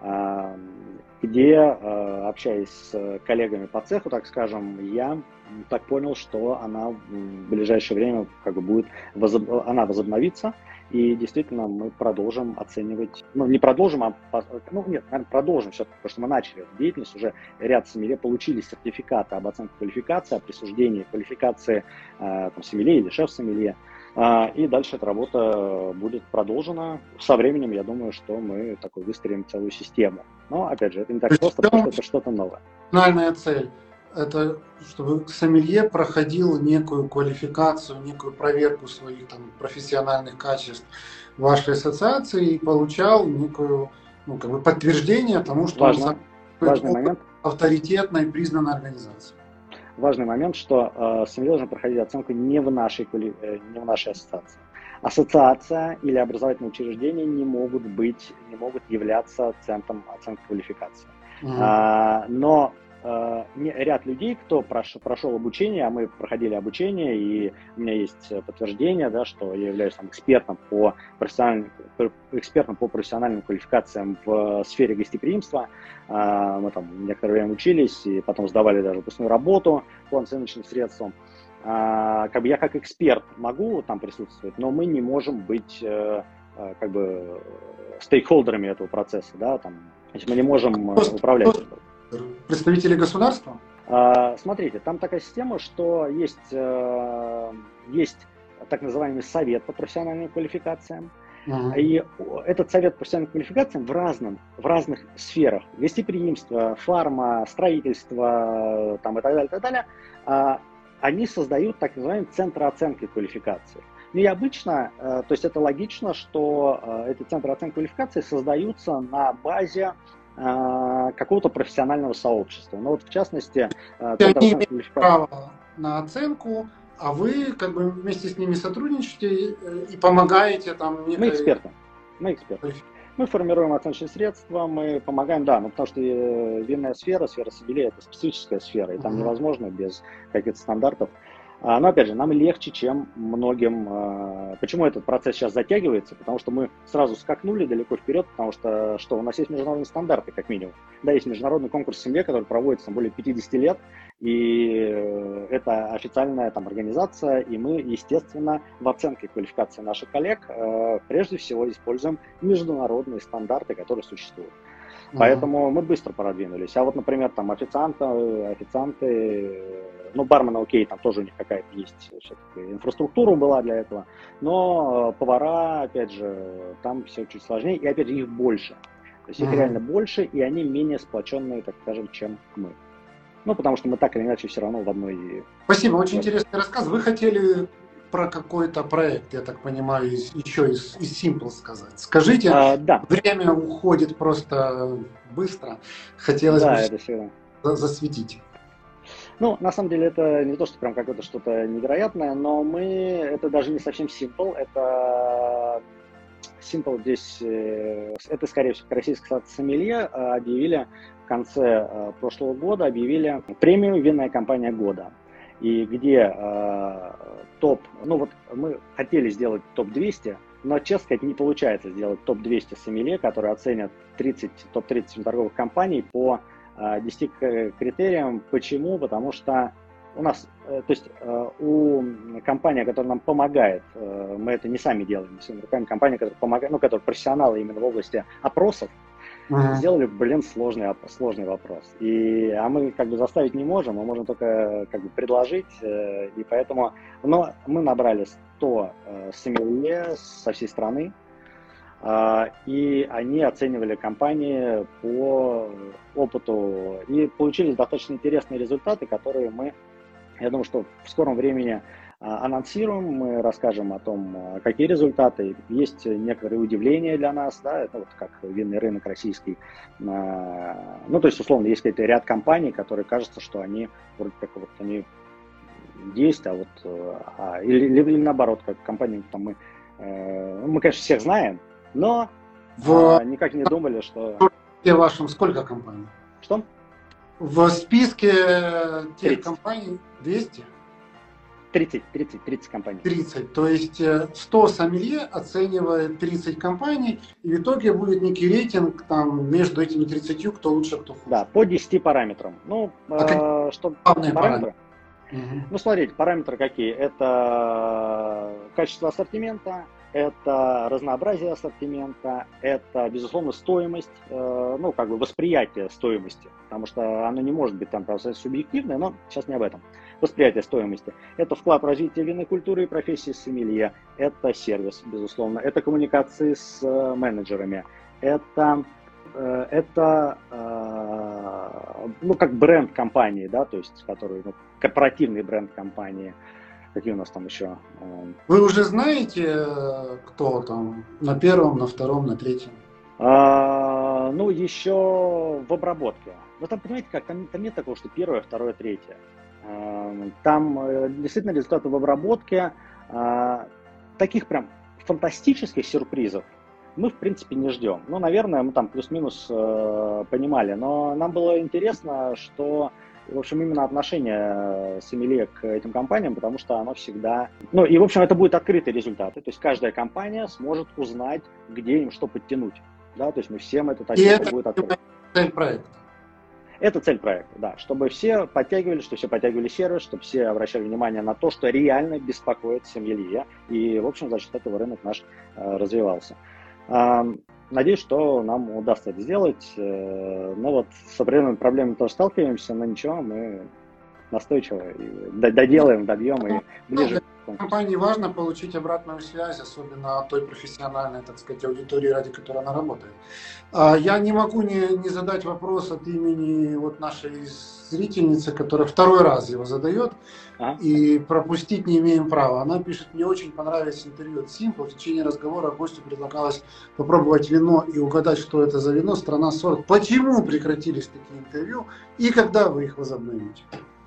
где, общаясь с коллегами по цеху, так скажем, я так понял, что она в ближайшее время она возобновится. И действительно мы продолжим оценивать, продолжим все-таки, потому что мы начали эту деятельность, уже ряд сомелье получили сертификаты об оценке квалификации, о присуждении квалификации сомелье или шеф-сомелье. И дальше эта работа будет продолжена. Со временем, я думаю, что мы выстроим целую систему. Но, опять же, это не так просто, потому что это что-то новое. Финальная цель – это чтобы сомелье проходил некую квалификацию, некую проверку своих профессиональных качеств в вашей ассоциации и получал некую подтверждение тому, что важный момент. Авторитетной, признанной организацией. Важный момент, что сомелье должен проходить оценку не в нашей ассоциации. Ассоциация или образовательное учреждение не могут являться центром оценки квалификации. Но ряд людей, кто прошел обучение, а мы проходили обучение, и у меня есть подтверждение, да, что я являюсь экспертом по профессиональным квалификациям в сфере гостеприимства. Мы некоторое время учились и потом сдавали даже выпускную работу по оценочным средствам. Я как эксперт могу там присутствовать, но мы не можем быть стейкхолдерами этого процесса, да, то есть мы не можем управлять. Представители государства? Смотрите, там такая система, что есть так называемый совет по профессиональным квалификациям. Ага. И этот совет по профессиональным квалификациям в разных сферах, гостеприимство, фарма, строительство там, и так далее, они создают так называемые центры оценки квалификации. Ну и обычно, то есть это логично, что эти центры оценки квалификации создаются на базе какого-то профессионального сообщества. Ну вот в частности, центр Они оценки имеют квалификации. право на оценку, а вы как бы вместе с ними сотрудничаете и помогаете там Мы некой... эксперты. Мы формируем оценочные средства, мы помогаем, да, ну потому что винная сфера сомелье — это специфическая сфера, и там невозможно без каких-то стандартов. Но опять же, нам легче, чем многим. Почему этот процесс сейчас затягивается? Потому что мы сразу скакнули далеко вперед, потому что у нас есть международные стандарты, как минимум. Да, есть международный конкурс сомелье, который проводится более 50 лет, и это официальная там организация, и мы, естественно, в оценке квалификации наших коллег прежде всего используем международные стандарты, которые существуют. Поэтому мы быстро продвинулись. А вот, например, там официанты, ну, бармены, окей, там тоже у них какая-то есть инфраструктура была для этого, но повара, опять же, там все чуть сложнее, и опять же их больше. То есть их реально больше, и они менее сплоченные, так скажем, чем мы. Ну, потому что мы так или иначе все равно в одной... Спасибо, очень интересный рассказ. Вы хотели про какой-то проект, я так понимаю, еще из Simple сказать. Скажите, да. Время уходит просто быстро. Хотелось бы засветить. Ну, на самом деле, это не то, что прям какое-то что-то невероятное, но это даже не совсем Simple, это Simple здесь, это, скорее всего, Российская ассоциация сомелье объявили в конце прошлого года, объявили премию «Винная компания года». И где топ, ну вот мы хотели сделать топ-200, но, честно сказать, не получается сделать топ-200 сомелье, которые оценят топ-30 торговых компаний по 10 критериям. Почему? Потому что у нас, то есть у компании, которая нам помогает, мы это не сами делаем, не своими руками, компания, которая помогает, ну, которая профессионалы именно в области опросов, сделали, сложный вопрос. А мы как бы заставить не можем, мы можем только как бы предложить, и поэтому, но мы набрали 100 сомелье со всей страны, и они оценивали компании по опыту, и получились достаточно интересные результаты, которые я думаю, что в скором времени анонсируем, мы расскажем о том, какие результаты. Есть некоторые удивления для нас, да, это вот как винный рынок российский. Ну, то есть, условно, есть какой-то ряд компаний, которые кажется, что они вроде как вот они есть, а вот или наоборот, как компании, там мы, конечно, всех знаем, но никак не думали, что... В вашем сколько компаний? Что? В списке тех 30. компаний 200? 30 компаний. 30. То есть 100 сомелье оценивает 30 компаний, и в итоге будет некий рейтинг там между этими 30, кто лучше, кто хуже. Да, по 10 параметрам. Ну, что параметры? Ну, смотрите, параметры какие? Это качество ассортимента, это разнообразие ассортимента, это, безусловно, стоимость, ну, как бы восприятие стоимости, потому что оно не может быть там, правда, субъективное, но сейчас не об этом. Восприятие стоимости. Это вклад в развитие винной культуры и профессии сомелье, это сервис, безусловно, это коммуникации с менеджерами, это ну, как бренд компании, да, то есть, который, ну, корпоративный бренд компании. Какие у нас там еще? Вы уже знаете, кто там на первом, на втором, на третьем? Ну, еще в обработке. Ну, там, понимаете как, там нет такого, что первое, второе, третье. Там действительно результаты в обработке. Таких прям фантастических сюрпризов мы, в принципе, не ждем. Ну, наверное, мы там плюс-минус понимали, но нам было интересно, что, в общем, именно отношение сомелье к этим компаниям, потому что оно всегда... Ну, и, в общем, это будут открытые результаты, то есть каждая компания сможет узнать, где им что подтянуть, да, то есть мы всем это так это будет открыто. Цель проекта. Это цель проекта, да, чтобы все подтягивали, чтобы все подтягивали сервис, чтобы все обращали внимание на то, что реально беспокоит сомелье, и, в общем, за счет этого рынок наш развивался. Надеюсь, что нам удастся это сделать, но вот с определенными проблемами тоже сталкиваемся, но ничего, мы настойчиво доделаем, добьем и ближе. конкурс. компании важно получить обратную связь, особенно от той профессиональной, так сказать, аудитории, ради которой она работает. Я не могу не задать вопрос от имени вот нашей зрительницы, которая второй раз его задает, и пропустить не имеем права. Она пишет: мне очень понравилось интервью от Simple. В течение разговора гостю предлагалось попробовать вино и угадать, что это за вино, страна сорт. Почему прекратились такие интервью и когда вы их возобновите?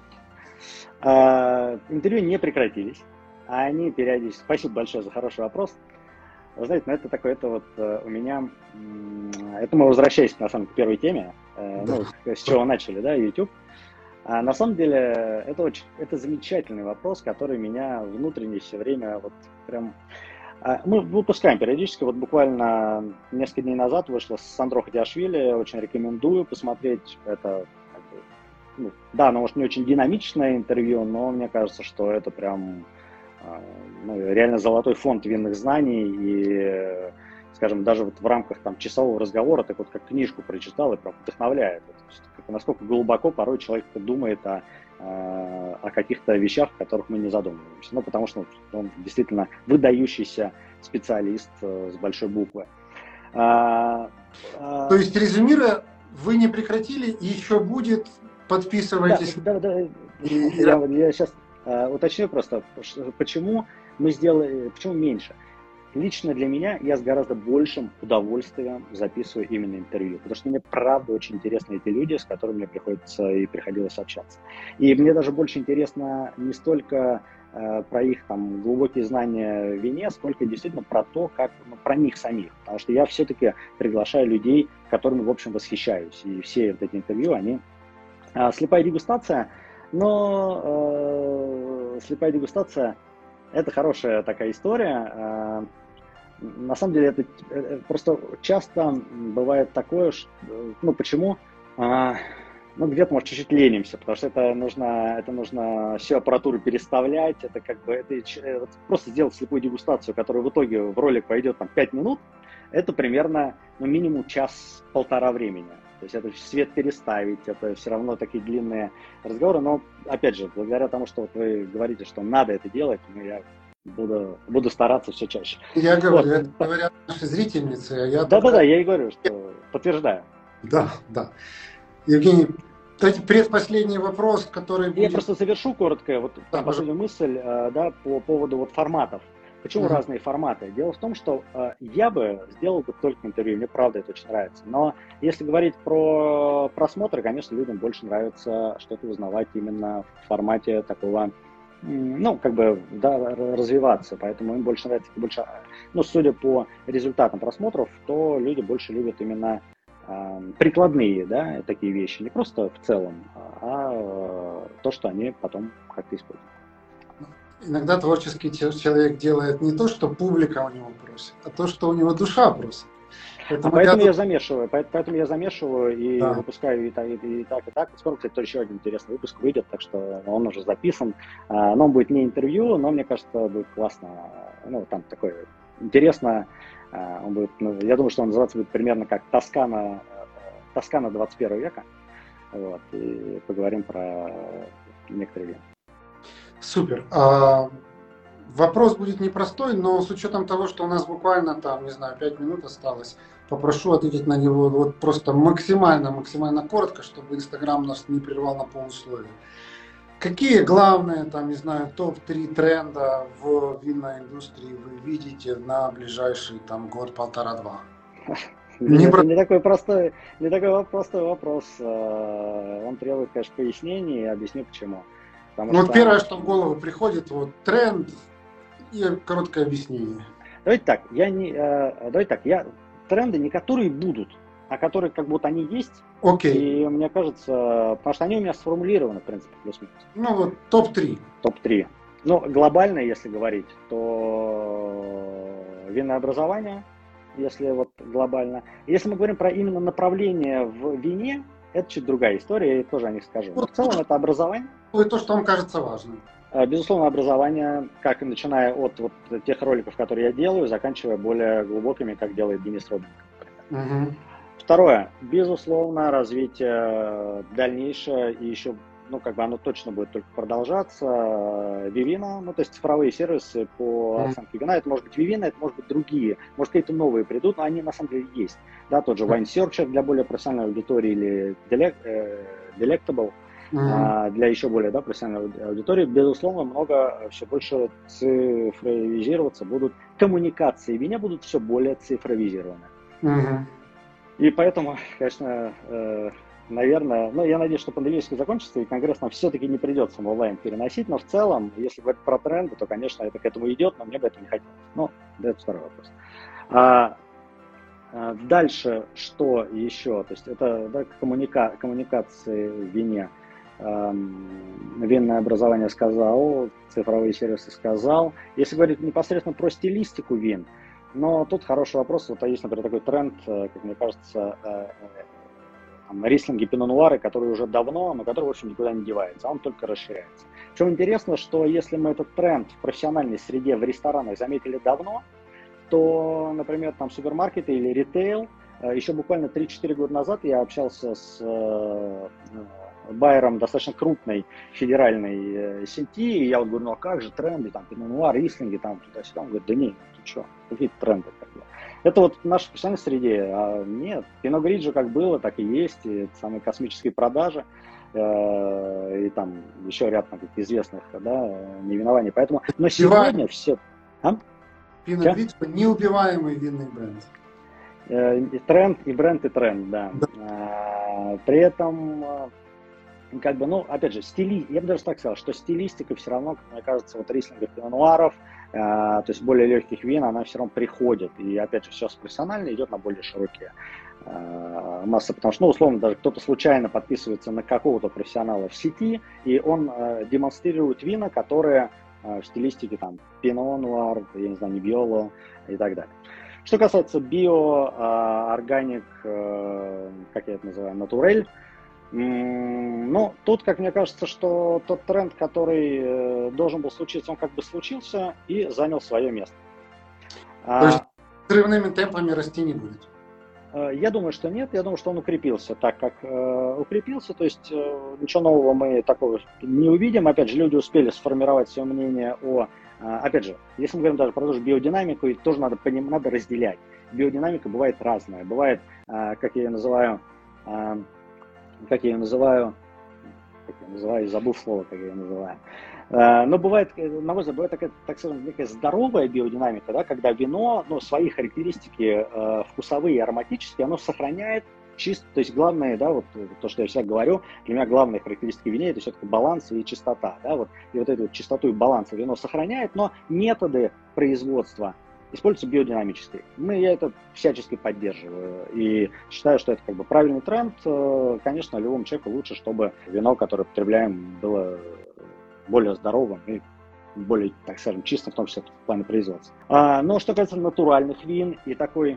Интервью не прекратились. Они периодически... Спасибо большое за хороший вопрос. Вы знаете, ну это такое, это вот у меня... Это мы возвращаемся, на самом деле, к первой теме, ну, с чего начали, да, YouTube. На самом деле, это замечательный вопрос, который меня внутренне все время вот прям... Мы выпускаем периодически, вот буквально несколько дней назад вышло с Сандро Хадиашвили, очень рекомендую посмотреть. Это, ну, да, оно может не очень динамичное интервью, но мне кажется, что это прям реально золотой фонд винных знаний, и, скажем, даже вот в рамках там часового разговора, так вот как книжку прочитал, и прям вдохновляет. То есть, насколько глубоко порой человек думает о каких-то вещах, о которых мы не задумываемся. Ну, потому что он действительно выдающийся специалист с большой буквы. То есть, резюмируя, вы не прекратили, и еще будет, подписывайтесь. Да. Я сейчас уточню просто, почему почему меньше. Лично для меня я с гораздо большим удовольствием записываю именно интервью, потому что мне правда очень интересны эти люди, с которыми мне приходилось общаться. И мне даже больше интересно не столько про их там глубокие знания в вине, сколько действительно про то, про них самих. Потому что я все-таки приглашаю людей, которыми, в общем, восхищаюсь. И все вот эти интервью, они... Слепая дегустация, но слепая дегустация — это хорошая такая история. На самом деле это просто часто бывает такое, что, ну почему? Где-то, может, чуть-чуть ленимся, потому что это нужно всю аппаратуру переставлять, это просто сделать слепую дегустацию, которая в итоге в ролик пойдет там 5 минут, это примерно минимум час-полтора времени. То есть это свет переставить, это все равно такие длинные разговоры, но опять же, благодаря тому, что вот вы говорите, что надо это делать, я буду стараться все чаще. Я говорю, это говорят наши зрительницы, а я... Да, я и говорю, что подтверждаю. Да. Евгений, кстати, предпоследний вопрос, который будет... Я просто завершу коротко, последнюю мысль, по поводу вот форматов. Почему разные форматы? Дело в том, что я бы сделал только интервью, мне правда это очень нравится. Но если говорить про просмотры, конечно, людям больше нравится что-то узнавать именно в формате такого, развиваться. Поэтому им больше нравится, судя по результатам просмотров, то люди больше любят именно прикладные, да, такие вещи. Не просто в целом, а то, что они потом как-то используют. Иногда творческий человек делает не то, что публика у него просит, а то, что у него душа просит. Поэтому я замешиваю и выпускаю и так. Скоро, кстати, тоже еще один интересный выпуск выйдет, так что он уже записан. Но он будет не интервью, но мне кажется, будет классно. Там такое интересно. Он будет, я думаю, что он называться будет примерно как Тоскана 21 века. Вот, и поговорим про некоторые вещи. Супер. Вопрос будет непростой, но с учетом того, что у нас буквально 5 минут осталось, попрошу ответить на него вот просто максимально коротко, чтобы Инстаграм нас не прервал на полусловие. Какие главные, топ-3 тренда в винной индустрии вы видите на ближайший год, полтора-два? Не такой простой вопрос. Он требует, конечно, пояснений, и объясню почему. Первое, что в голову приходит, тренд и короткое объяснение. Давайте так, тренды не которые будут, а которые как будто они есть. Окей. И мне кажется, потому что они у меня сформулированы, в принципе, плюс-минус. Топ-3. Топ-3. Глобально, если говорить, то винное образование, если глобально. Если мы говорим про именно направление в вине, это чуть другая история, я тоже о них скажу. Но в целом это образование. И то, что вам кажется важным. Безусловно, образование, как и начиная от тех роликов, которые я делаю, заканчивая более глубокими, как делает Денис Робинг. Угу. Второе. Безусловно, развитие дальнейшее и еще ну, как бы оно точно будет только продолжаться. Vivino, ну, то есть цифровые сервисы по оценке вина, это может быть Vivino, это может быть другие, может какие-то новые придут, но они на самом деле есть. Да, тот же Wine Searcher для более профессиональной аудитории или Delectable для еще более, да, профессиональной аудитории. Безусловно, много, все больше цифровизироваться будут. Коммуникации в вине будут все более цифровизированы. И поэтому, конечно, наверное, ну, я надеюсь, что пандемия закончится, и конгресс нам все-таки не придется в онлайн переносить, но в целом, если говорить про тренды, то, конечно, это к этому идет, но мне бы этого не хотелось. Ну, да, это второй вопрос. Дальше, что еще? То есть это, да, коммуникации в вине. Винное образование сказал, цифровые сервисы сказал. Если говорить непосредственно про стилистику вин, но тут хороший вопрос. Вот есть, например, такой тренд, как мне кажется, рислинги, пино-нуары, которые уже давно, но который, в общем, никуда не девается, а он только расширяется. Причем интересно, что если мы этот тренд в профессиональной среде в ресторанах заметили давно, то, например, там супермаркеты или ритейл, еще буквально 3-4 года назад я общался с байером достаточно крупной федеральной сети, и я вот говорю, ну а как же тренды, там, пино-нуар, рислинги, там, туда-сюда. Он говорит, да нет, ты что, какие тренды? Как бы? Это вот в нашей профессиональной среде, а нет, Пино Гриджо как было, так и есть, и это самые космические продажи, и там еще ряд известных, да, наименований, поэтому, но сегодня все... Пино Гриджо неубиваемый винный бренд. И тренд, и бренд, и тренд, да. При этом, как бы, ну, опять же, я бы даже так сказал, что стилистика все равно, как мне кажется, вот рислингов, пино-нуаров, то есть более легких вин, она все равно приходит. И, опять же, все с профессионально идет на более широкие массы. Потому что, ну, условно, даже кто-то случайно подписывается на какого-то профессионала в сети, и он демонстрирует вина, которые в стилистике, там, пино-нуар, я не знаю, небиоло и так далее. Что касается био, органик, как я это называю, натурель, ну, тут, как мне кажется, что тот тренд, который должен был случиться, он как бы случился и занял свое место. То есть взрывными темпами расти не будет? Я думаю, что нет. Я думаю, что он укрепился так, как укрепился. То есть ничего нового мы такого не увидим. Опять же, люди успели сформировать свое мнение о... Опять же, если мы говорим даже про ту же биодинамику, и тоже надо разделять. Биодинамика бывает разная. Бывает, как я ее называю, забыл слово, как я ее называю. Но бывает, на мой взгляд, бывает такая, так скажем, некая здоровая биодинамика, да, когда вино, ну, свои характеристики вкусовые и ароматические, оно сохраняет чисто, то есть главное, да, вот то, что я всегда говорю, для меня главные характеристики вина это все-таки баланс и чистота, да, вот, и вот эту вот чистоту и баланс вино сохраняет, но методы производства используются биодинамические. Я это всячески поддерживаю и считаю, что это как бы правильный тренд. Конечно, любому человеку лучше, чтобы вино, которое потребляем, было более здоровым и более, так скажем, чистым, в том числе в плане производства. Но что касается натуральных вин и такой,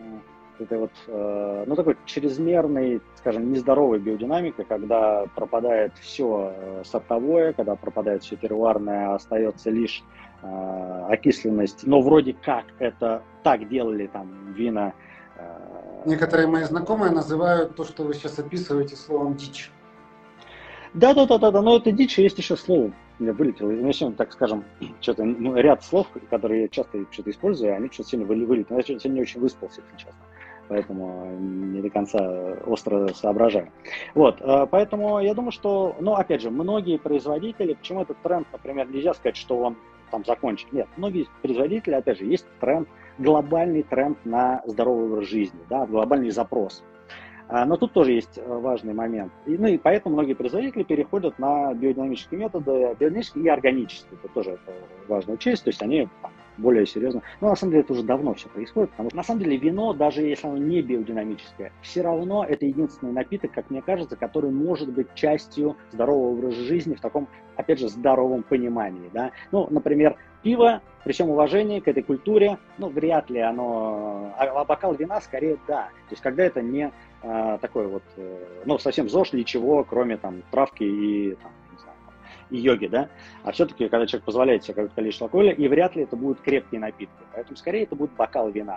ну, такой чрезмерной, скажем, нездоровой биодинамики, когда пропадает все сортовое, когда пропадает все терруарное, остается лишь окисленность, но вроде как это так делали там вина. Некоторые мои знакомые называют то, что вы сейчас описываете, словом дичь. Да, но это дичь, есть еще слово, мне вылетело. Если, так скажем, что-то, ну, ряд слов, которые я часто что-то использую, они что-то сильно вылетели. Я сегодня не очень выспался, если честно. Поэтому не до конца остро соображаю. Вот, поэтому я думаю, что, ну, опять же, многие производители, почему этот тренд, например, нельзя сказать, что он там закончен. Нет, многие производители, опять же, есть тренд, глобальный тренд на здоровый образ жизни, да, глобальный запрос. Но тут тоже есть важный момент. И поэтому многие производители переходят на биодинамические методы, биодинамические и органические. Это тоже важно учесть, то есть они более серьезно. Но на самом деле это уже давно все происходит, потому что на самом деле вино, даже если оно не биодинамическое, все равно это единственный напиток, как мне кажется, который может быть частью здорового образа жизни в таком, опять же, здоровом понимании. Да? Ну, например, пиво, при всем уважении к этой культуре, ну, вряд ли оно... А бокал вина скорее да. То есть когда это не такой вот, ну, совсем ЗОЖ, ничего, кроме там травки и, там, не знаю, и йоги, да, а все-таки, когда человек позволяет себе какое-то количество алкоголя, и вряд ли это будут крепкие напитки, поэтому скорее это будет бокал вина.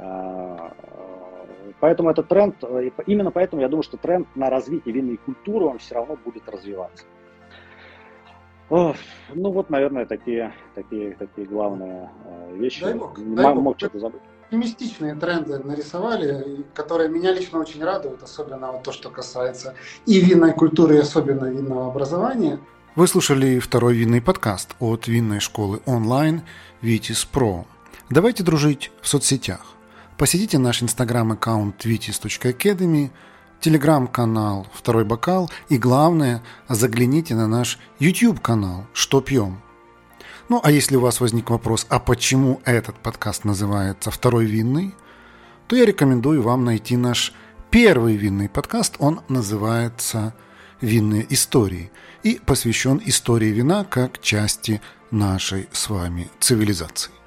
Поэтому этот тренд, именно поэтому я думаю, что тренд на развитие винной культуры, он все равно будет развиваться. Ну вот, наверное, такие главные вещи. Дай бог. Мог что-то забыть. Оптимистичные тренды нарисовали, которые меня лично очень радуют, особенно вот то, что касается и винной культуры, и особенно винного образования. Вы слушали второй винный подкаст от винной школы онлайн Vitis Pro. Давайте дружить в соцсетях. Посетите наш инстаграм-аккаунт vitis.academy, телеграм-канал «Второй бокал» и, главное, загляните на наш YouTube-канал «Что пьем?». Ну, а если у вас возник вопрос, а почему этот подкаст называется «Второй винный?», то я рекомендую вам найти наш первый винный подкаст. Он называется «Винные истории» и посвящен истории вина как части нашей с вами цивилизации.